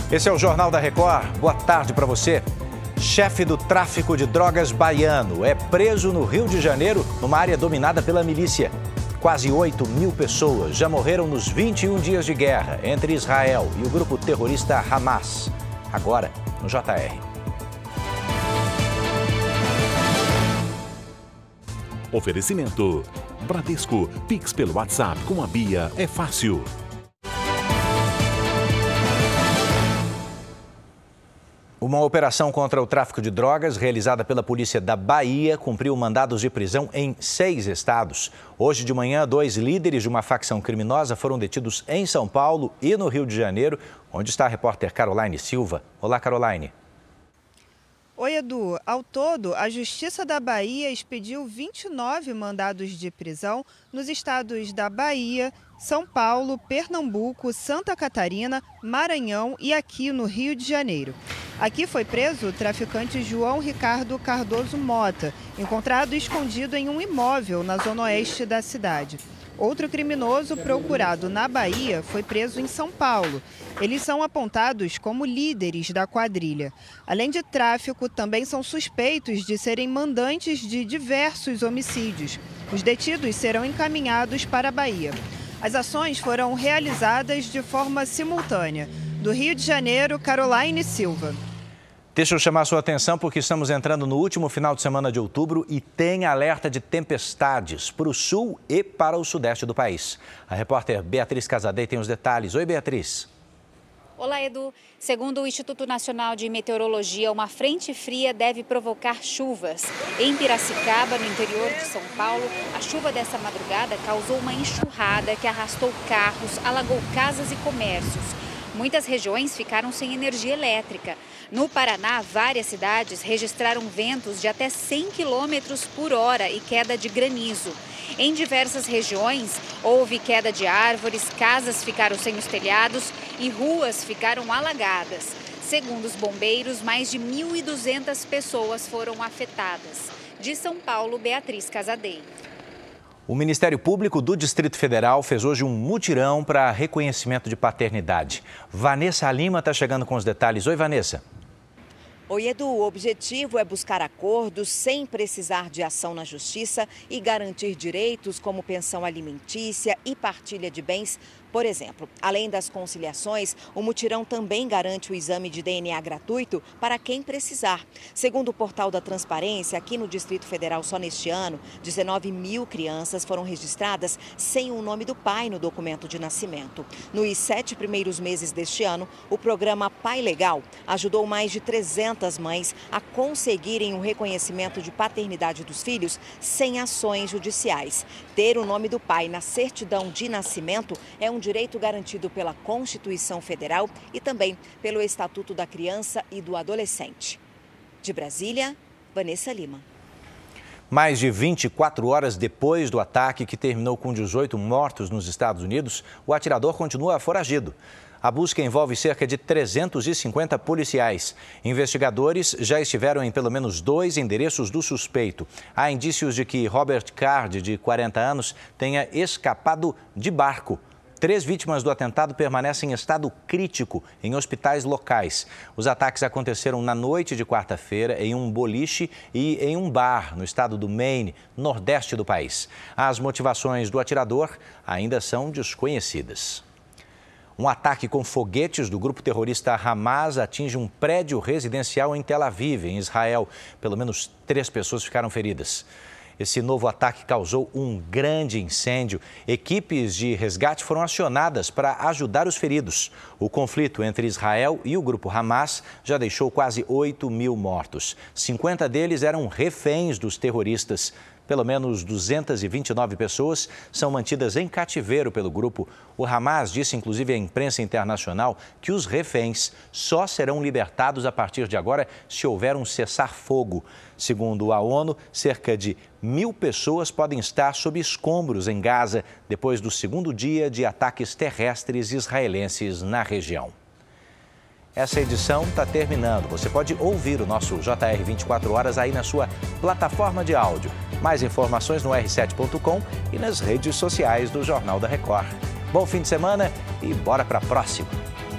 Esse é o Jornal da Record. Boa tarde para você. Chefe do tráfico de drogas baiano é preso no Rio de Janeiro, numa área dominada pela milícia. Quase 8.000 pessoas já morreram nos 21 dias de guerra entre Israel e o grupo terrorista Hamas. Agora, no JR. Oferecimento. Bradesco. Pix pelo WhatsApp com a Bia é fácil. Uma operação contra o tráfico de drogas realizada pela polícia da Bahia cumpriu mandados de prisão em 6 estados. Hoje de manhã, 2 líderes de uma facção criminosa foram detidos em São Paulo e no Rio de Janeiro, onde está a repórter Caroline Silva. Olá, Caroline. Oi, Edu. Ao todo, a Justiça da Bahia expediu 29 mandados de prisão nos estados da Bahia, São Paulo, Pernambuco, Santa Catarina, Maranhão e aqui no Rio de Janeiro. Aqui foi preso o traficante João Ricardo Cardoso Mota, encontrado escondido em um imóvel na zona oeste da cidade. Outro criminoso procurado na Bahia foi preso em São Paulo. Eles são apontados como líderes da quadrilha. Além de tráfico, também são suspeitos de serem mandantes de diversos homicídios. Os detidos serão encaminhados para a Bahia. As ações foram realizadas de forma simultânea. Do Rio de Janeiro, Caroline Silva. Deixa eu chamar a sua atenção porque estamos entrando no último final de semana de outubro e tem alerta de tempestades para o sul e para o sudeste do país. A repórter Beatriz Casadei tem os detalhes. Oi, Beatriz. Olá, Edu. Segundo o Instituto Nacional de Meteorologia, uma frente fria deve provocar chuvas. Em Piracicaba, no interior de São Paulo, a chuva dessa madrugada causou uma enxurrada que arrastou carros, alagou casas e comércios. Muitas regiões ficaram sem energia elétrica. No Paraná, várias cidades registraram ventos de até 100 km por hora e queda de granizo. Em diversas regiões, houve queda de árvores, casas ficaram sem os telhados e ruas ficaram alagadas. Segundo os bombeiros, mais de 1.200 pessoas foram afetadas. De São Paulo, Beatriz Casadei. O Ministério Público do Distrito Federal fez hoje um mutirão para reconhecimento de paternidade. Vanessa Lima está chegando com os detalhes. Oi, Vanessa. Oi, Edu. O objetivo é buscar acordos sem precisar de ação na justiça e garantir direitos como pensão alimentícia e partilha de bens. Por exemplo, além das conciliações, o mutirão também garante o exame de DNA gratuito para quem precisar. Segundo o portal da Transparência, aqui no Distrito Federal, só neste ano, 19.000 crianças foram registradas sem o nome do pai no documento de nascimento. Nos 7 primeiros meses deste ano, o programa Pai Legal ajudou mais de 300 mães a conseguirem o reconhecimento de paternidade dos filhos sem ações judiciais. Ter o nome do pai na certidão de nascimento é um direito garantido pela Constituição Federal e também pelo Estatuto da Criança e do Adolescente. De Brasília, Vanessa Lima. Mais de 24 horas depois do ataque que terminou com 18 mortos nos Estados Unidos, o atirador continua foragido. A busca envolve cerca de 350 policiais. Investigadores já estiveram em pelo menos 2 endereços do suspeito. Há indícios de que Robert Card, de 40 anos, tenha escapado de barco. 3 vítimas do atentado permanecem em estado crítico em hospitais locais. Os ataques aconteceram na noite de quarta-feira em um boliche e em um bar no estado do Maine, nordeste do país. As motivações do atirador ainda são desconhecidas. Um ataque com foguetes do grupo terrorista Hamas atinge um prédio residencial em Tel Aviv, em Israel. Pelo menos 3 pessoas ficaram feridas. Esse novo ataque causou um grande incêndio. Equipes de resgate foram acionadas para ajudar os feridos. O conflito entre Israel e o grupo Hamas já deixou quase 8.000 mortos. 50 deles eram reféns dos terroristas. Pelo menos 229 pessoas são mantidas em cativeiro pelo grupo. O Hamas disse, inclusive, à imprensa internacional que os reféns só serão libertados a partir de agora se houver um cessar-fogo. Segundo a ONU, cerca de 1.000 pessoas podem estar sob escombros em Gaza depois do segundo dia de ataques terrestres israelenses na região. Essa edição está terminando. Você pode ouvir o nosso JR 24 horas aí na sua plataforma de áudio. Mais informações no r7.com e nas redes sociais do Jornal da Record. Bom fim de semana e bora para a próxima.